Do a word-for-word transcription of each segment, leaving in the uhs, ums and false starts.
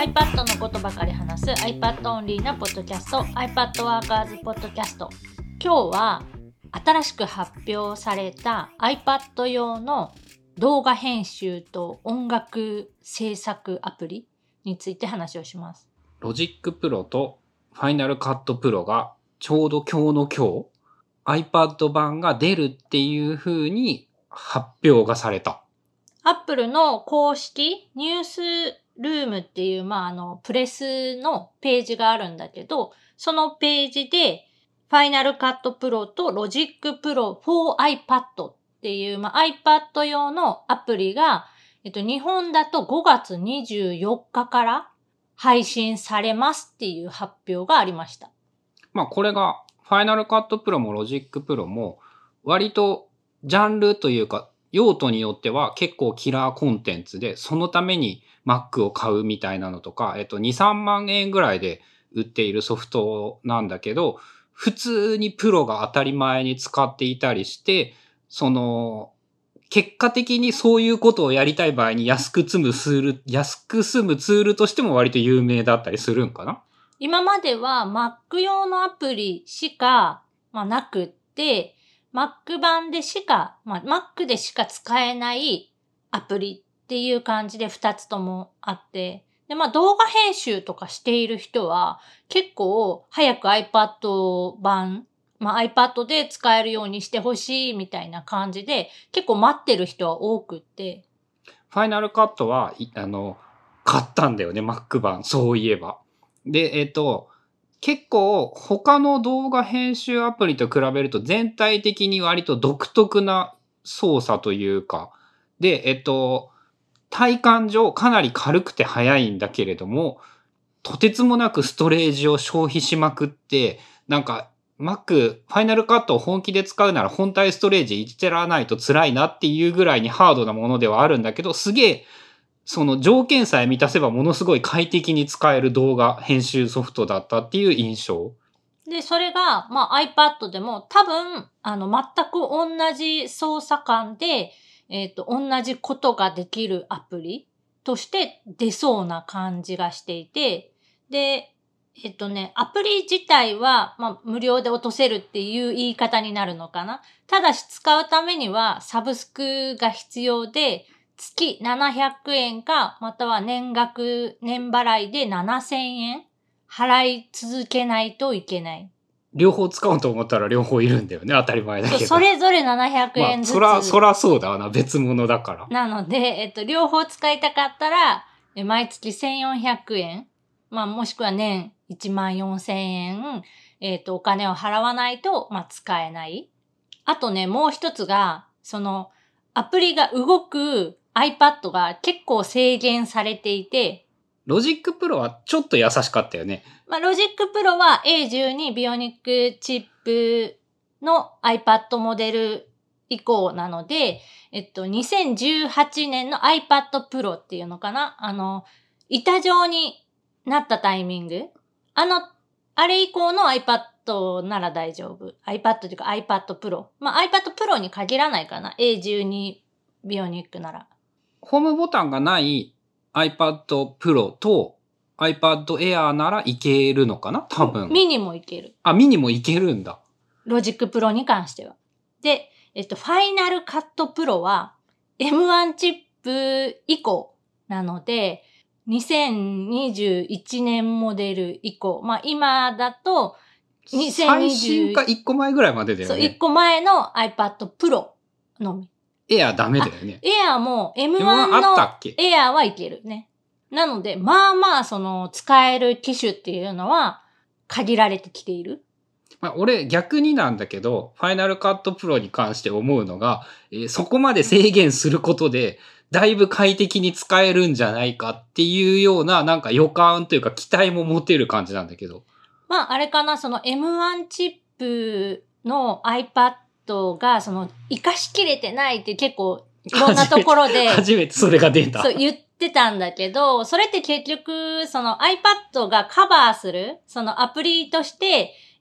iPad のことばかり話す iPad オンリーなポッドキャスト iPad ワーカーズポッドキャスト。今日は新しく発表された iPad 用の動画編集と音楽制作アプリについて話をします。 ロジックプロとファイナルカットプロがちょうど今日の今日 iPad 版が出るっていう風に発表がされた。 Apple の公式ニュースルームっていう、まあ、あの、プレスのページがあるんだけど、そのページで、Final Cut Pro と Logic Pro for iPad っていう、まあ、iPad 用のアプリが、えっと、日本だとごがつにじゅうよっかから配信されますっていう発表がありました。 まあ、これが Final Cut Pro も Logic Pro も、割とジャンルというか、用途によっては結構キラーコンテンツで、そのために Mac を買うみたいなのとか、えっと、に、さんまんえんぐらいで売っているソフトなんだけど、普通にプロが当たり前に使っていたりして、その、結果的にそういうことをやりたい場合に安く積むツール、安く済むツールとしても割と有名だったりするんかな？ 今までは Mac 用のアプリしか、まあ、なくって、Mac 版でしか、まあ、Mac でしか使えないアプリっていう感じでふたつともあって、で、まあ、動画編集とかしている人は結構早く iPad 版、まあ、iPad で使えるようにしてほしいみたいな感じで結構待ってる人は多くって。 ファイナルカットは、あの、買ったんだよね、Mac 版。そういえば。で、えっと、結構他の動画編集アプリと比べると全体的に割と独特な操作というか、で、えっと、体感上かなり軽くて速いんだけれども、とてつもなくストレージを消費しまくって、なんか Mac、ファイナルカットを本気で使うなら本体ストレージいってらないと辛いなっていうぐらいにハードなものではあるんだけど、すげえその条件さえ満たせばものすごい快適に使える動画編集ソフトだったっていう印象。 で、それが、まあ iPad でも多分、あの、全く同じ操作感で、えっと、同じことができるアプリとして出そうな感じがしていて、で、えっとね、アプリ自体は、まあ、無料で落とせるっていう言い方になるのかな。ただし使うためにはサブスクが必要で、月ななひゃくえんか、または年額、年払いでななせんえん払い続けないといけない。 両方使おうと思ったら両方いるんだよね。当たり前だけど。 それぞれななひゃくえんずつ。 まあ、そら、そらそうだな。別物だから。 なので、えっと、両方使いたかったら、毎月せんよんひゃくえん。まあ、もしくは年いちまんよんせんえん、えっと、お金を払わないと、まあ、使えない。あとね、もう一つが、その、アプリが動く iPad が結構制限されていて、 ロジックプロはちょっと優しかったよね。 まあ、ロジックプロは エーじゅうに ビオニックチップの iPad モデル以降なので、えっと、にせんじゅうはちねんの iPad Pro っていうのかな？あの、板状になったタイミング？あの、あれ以降の iPad なら大丈夫。iPad というか iPad Pro。まあ、iPad Pro に限らないかな。エーじゅうに ビオニックなら。 ホームボタンがない iPad Pro と iPad Air ならいけるのかな？多分。 ミニもいける。 あ、ミニもいけるんだ。 ロジックプロに関しては。で、えっと、ファイナルカットプロは エムワン チップ以降なので、にせんにじゅういちねんモデル以降。まあ、今だと、 にせんにじゅう最新かいっこまえぐらいまでだよね。 そう、いっこまえの iPad Pro のみ。 エアダメだよね。 エアも エムワン のエアはいけるね。なので、まあまあ、その、使える機種っていうのは限られてきている。 まあ、俺逆になんだけど、ファイナルカットプロに関して思うのが、えー、そこまで制限することで、だいぶ快適に使えるんじゃないかっていうような、なんか予感というか期待も持てる感じなんだけど。 まあ、あれかな、その エムワン チップの iPad が、その、活かしきれてないって結構、いろんなところで。 初めてそれが出た。 そう、言ってたんだけど、それって結局、その iPad がカバーする、そのアプリとして、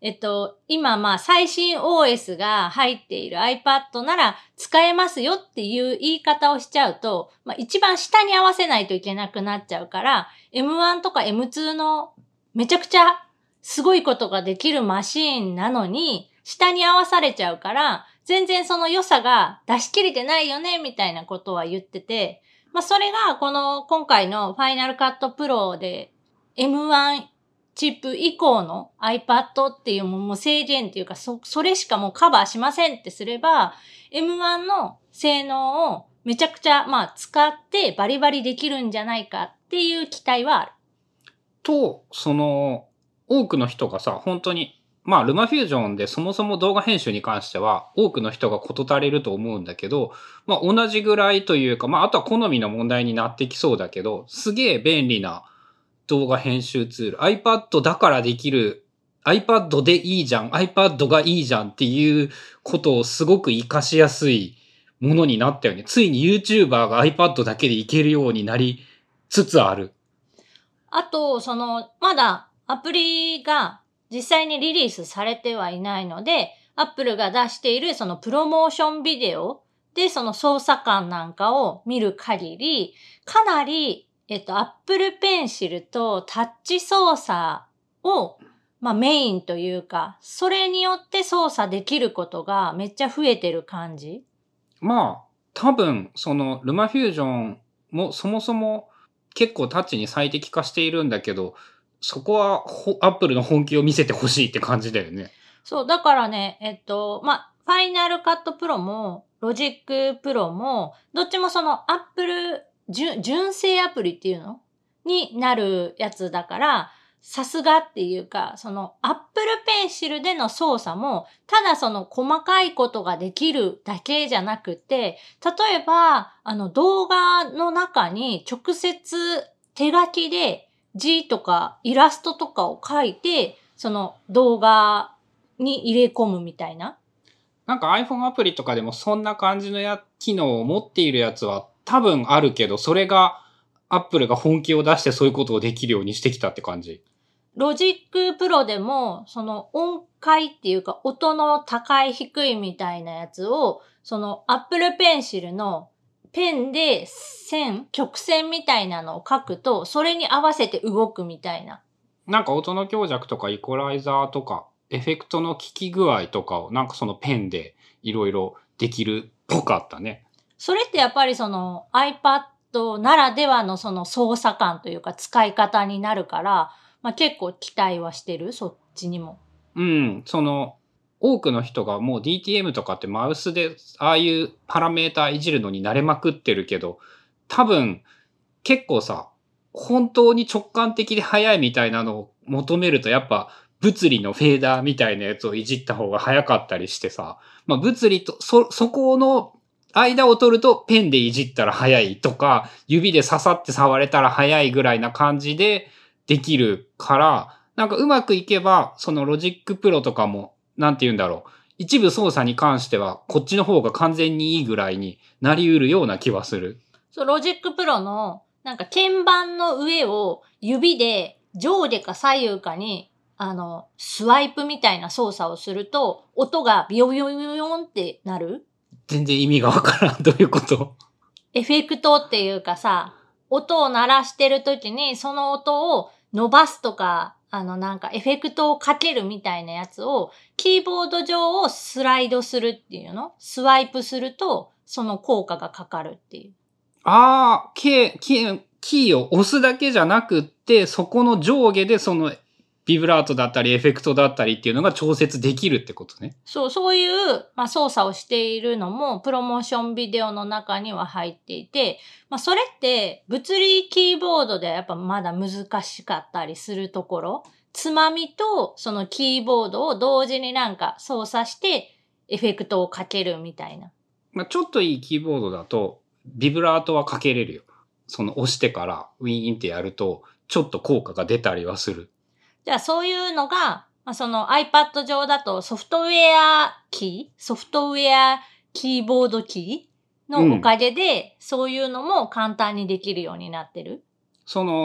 えっと、今まあ最新 オーエス が入っている iPad なら使えますよっていう言い方をしちゃうと、まあ一番下に合わせないといけなくなっちゃうから、エムワン とか エムツー のめちゃくちゃすごいことができるマシーンなのに、下に合わされちゃうから、全然その良さが出し切れてないよね、みたいなことは言ってて、まあそれがこの今回の Final Cut Pro で エムワン チップ以降の iPad っていうもう制限っていうか、そ、それしかもうカバーしませんってすれば、エムワン の性能をめちゃくちゃまあ使ってバリバリできるんじゃないかっていう期待はある。 と、その、多くの人がさ、本当に、まあ、ルマフュージョンでそもそも動画編集に関しては、多くの人が事足れると思うんだけど、まあ、同じぐらいというか、まあ、あとは好みの問題になってきそうだけど、すげえ便利な動画編集ツール。iPad だからできる、iPad でいいじゃん、iPad がいいじゃんっていうことをすごく活かしやすいものになったよね。ついに YouTuber が iPad だけでいけるようになりつつある。 あと、その、まだアプリが実際にリリースされてはいないので、Apple が出しているそのプロモーションビデオでその操作感なんかを見る限り、かなり、えっと、Apple Pencil とタッチ操作を、まあメインというか、それによって操作できることがめっちゃ増えてる感じ。 まあ、多分、その、ルマフュージョンもそもそも結構タッチに最適化しているんだけど、そこはアップルの本気を見せてほしいって感じだよね。 そう、だからね、えっと、ま、ファイナルカットプロも、ロジックプロも、どっちもそのアップル純、純正アプリっていうのになるやつだから、さすがっていうか、そのアップルペンシルでの操作も、ただその細かいことができるだけじゃなくて、例えば、あの動画の中に直接手書きで字とかイラストとかを書いて、その動画に入れ込むみたいな。 なんか iPhone アプリとかでもそんな感じのや機能を持っているやつは多分あるけど、それが Apple が本気を出してそういうことをできるようにしてきたって感じ。 ロジックプロでも、その音階っていうか音の高い低いみたいなやつを、その Apple Pencil のペンで線、曲線みたいなのを書くと、それに合わせて動くみたいな。 なんか音の強弱とかイコライザーとか、エフェクトの効き具合とかをなんかそのペンでいろいろできるっぽかったね。 それってやっぱりその iPad ならではのその操作感というか使い方になるから、まあ、結構期待はしてる、そっちにも。 うん、その多くの人がもう ディーティーエム とかってマウスでああいうパラメーターいじるのに慣れまくってるけど、多分結構さ、本当に直感的で速いみたいなのを求めるとやっぱ物理のフェーダーみたいなやつをいじった方が早かったりしてさ、まあ物理と、そ、そこの間を取るとペンでいじったら速いとか、指で刺さって触れたら速いぐらいな感じでできるから、なんかうまくいけば、そのロジックプロとかも、なんて言うんだろう。一部操作に関しては、こっちの方が完全にいいぐらいになり得るような気はする。 そう、ロジックプロの、なんか鍵盤の上を指で上下か左右かに、あの、スワイプみたいな操作をすると、音がビヨビヨビヨビヨンってなる？ 全然意味がわからん。どういうこと？ エフェクトっていうかさ、音を鳴らしてるときに、その音を伸ばすとか、あのなんかエフェクトをかけるみたいなやつを、キーボード上をスライドするっていうの？スワイプすると、その効果がかかるっていう。 ああ、キー、キー、キーを押すだけじゃなくって、そこの上下でそのビブラートだったりエフェクトだったりっていうのが調節できるってことね。 そう、そういう、まあ、操作をしているのも、プロモーションビデオの中には入っていて、まあ、それって、物理キーボードではやっぱまだ難しかったりするところ、つまみとそのキーボードを同時になんか操作して、エフェクトをかけるみたいな。 まあ、ちょっといいキーボードだと、ビブラートはかけれるよ。その押してからウィーンってやると、ちょっと効果が出たりはする。 じゃあそういうのが、まあ、その iPad 上だとソフトウェアキー、ソフトウェアキーボードキーのおかげで、うん、そういうのも簡単にできるようになってる。 その、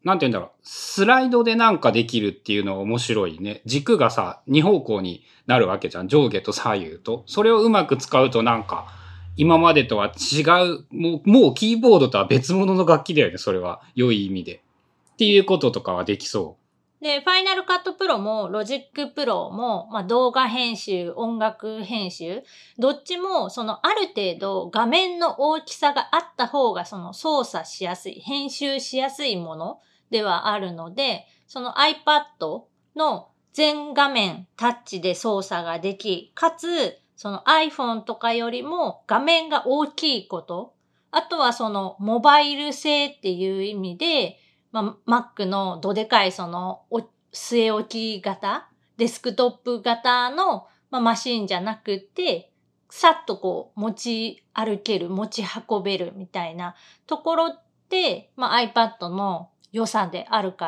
なんて言うんだろう、スライドでなんかできるっていうのは面白いね。軸がさ、二方向になるわけじゃん。上下と左右と。それをうまく使うとなんか、今までとは違う、もう、もうキーボードとは別物の楽器だよね、それは。良い意味で。っていうこととかはできそう。 で、ファイナルカットプロもロジックプロも、まあ、動画編集、音楽編集、どっちもそのある程度画面の大きさがあった方がその操作しやすい、編集しやすいものではあるので、その iPad の全画面タッチで操作ができ、かつその iPhone とかよりも画面が大きいこと、あとはそのモバイル性っていう意味で、まあ、Mac のどでかいその据え置き型、デスクトップ型の、まあ、マシンじゃなくて、さっとこう持ち歩ける、持ち運べるみたいなところって、まあ、iPad の良さであるから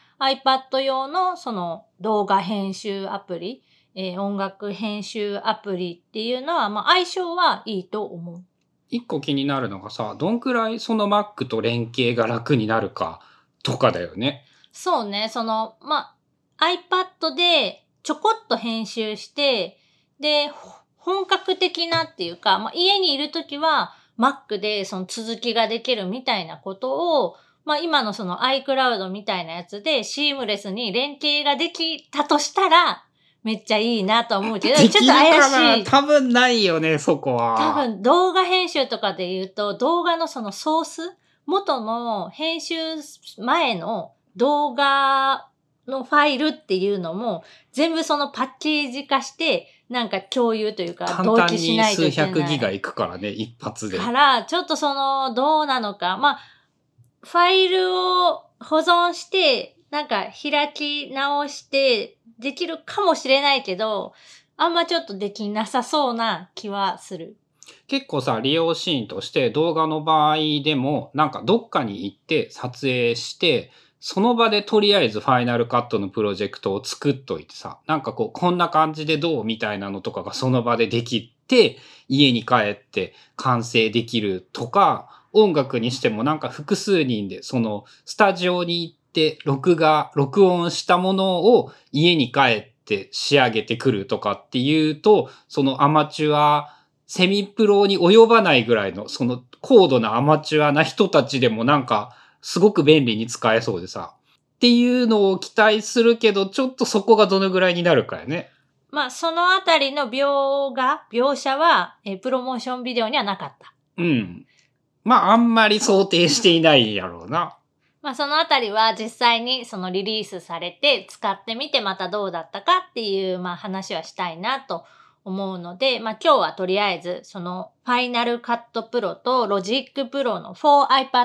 、iPad 用のその動画編集アプリ、えー、音楽編集アプリっていうのは、まあ、相性はいいと思う。 一個気になるのがさ、どんくらいその Mac と連携が楽になるかとかだよね。 そうね、その、まあ、iPad でちょこっと編集して、で、本格的なっていうか、まあ、家にいるときは Mac でその続きができるみたいなことを、まあ、今のその iCloud みたいなやつでシームレスに連携ができたとしたら、めっちゃいいなと思うけど、ちょっと怪しい。 多分ないよね、そこは。 多分動画編集とかで言うと、動画のそのソース、元の編集前の動画のファイルっていうのも全部そのパッケージ化してなんか共有というか同期しないといけない。 簡単に数百ギガいくからね、一発で。 からちょっとそのどうなのか。まあ、ファイルを保存してなんか開き直してできるかもしれないけど、あんまちょっとできなさそうな気はする。 結構さ、利用シーンとして動画の場合でも、なんかどっかに行って撮影して、その場でとりあえずファイナルカットのプロジェクトを作っといてさ、なんかこう、こんな感じでどうみたいなのとかがその場でできて、家に帰って完成できるとか、音楽にしてもなんか複数人でそのスタジオに行って録画、録音したものを家に帰って仕上げてくるとかっていうと、そのアマチュア、セミプロに及ばないぐらいのその高度なアマチュアな人たちでもなんかすごく便利に使えそうでさ。っていうのを期待するけど、ちょっとそこがどのぐらいになるかよね。 まあ、そのあたりの描画、描写は、えプロモーションビデオにはなかった。 うん。まあ、あんまり想定していないやろうな。 まあ、そのあたりは実際にそのリリースされて使ってみてまたどうだったかっていう、まあ、話はしたいなと思うので、まあ、今日はとりあえずそのファイナルカットプロとロジックプロの for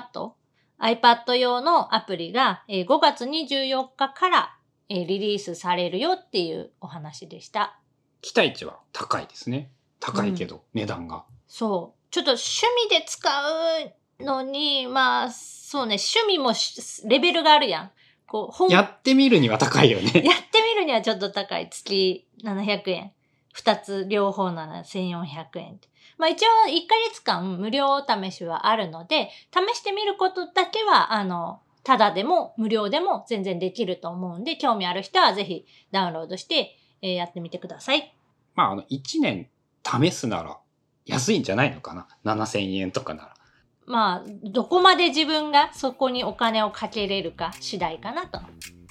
iPad、iPad 用のアプリがごがつにじゅうよっかからリリースされるよっていうお話でした。 期待値は高いですね。高いけど、うん、値段が。 そう。ちょっと趣味で使うのに、まあ、そうね、趣味もレベルがあるやん。こう本やってみるには高いよね。 やってみるにはちょっと高い。月ななひゃくえん。二つ両方ならせんよんひゃくえん。まあ一応いっかげつかん無料お試しはあるので、試してみることだけは、あの、ただでも無料でも全然できると思うんで、興味ある人はぜひダウンロードして、えー、やってみてください。 まあ、あの、いちねん試すなら安いんじゃないのかな。ななせんえんとかなら。 まあ、どこまで自分がそこにお金をかけれるか次第かなと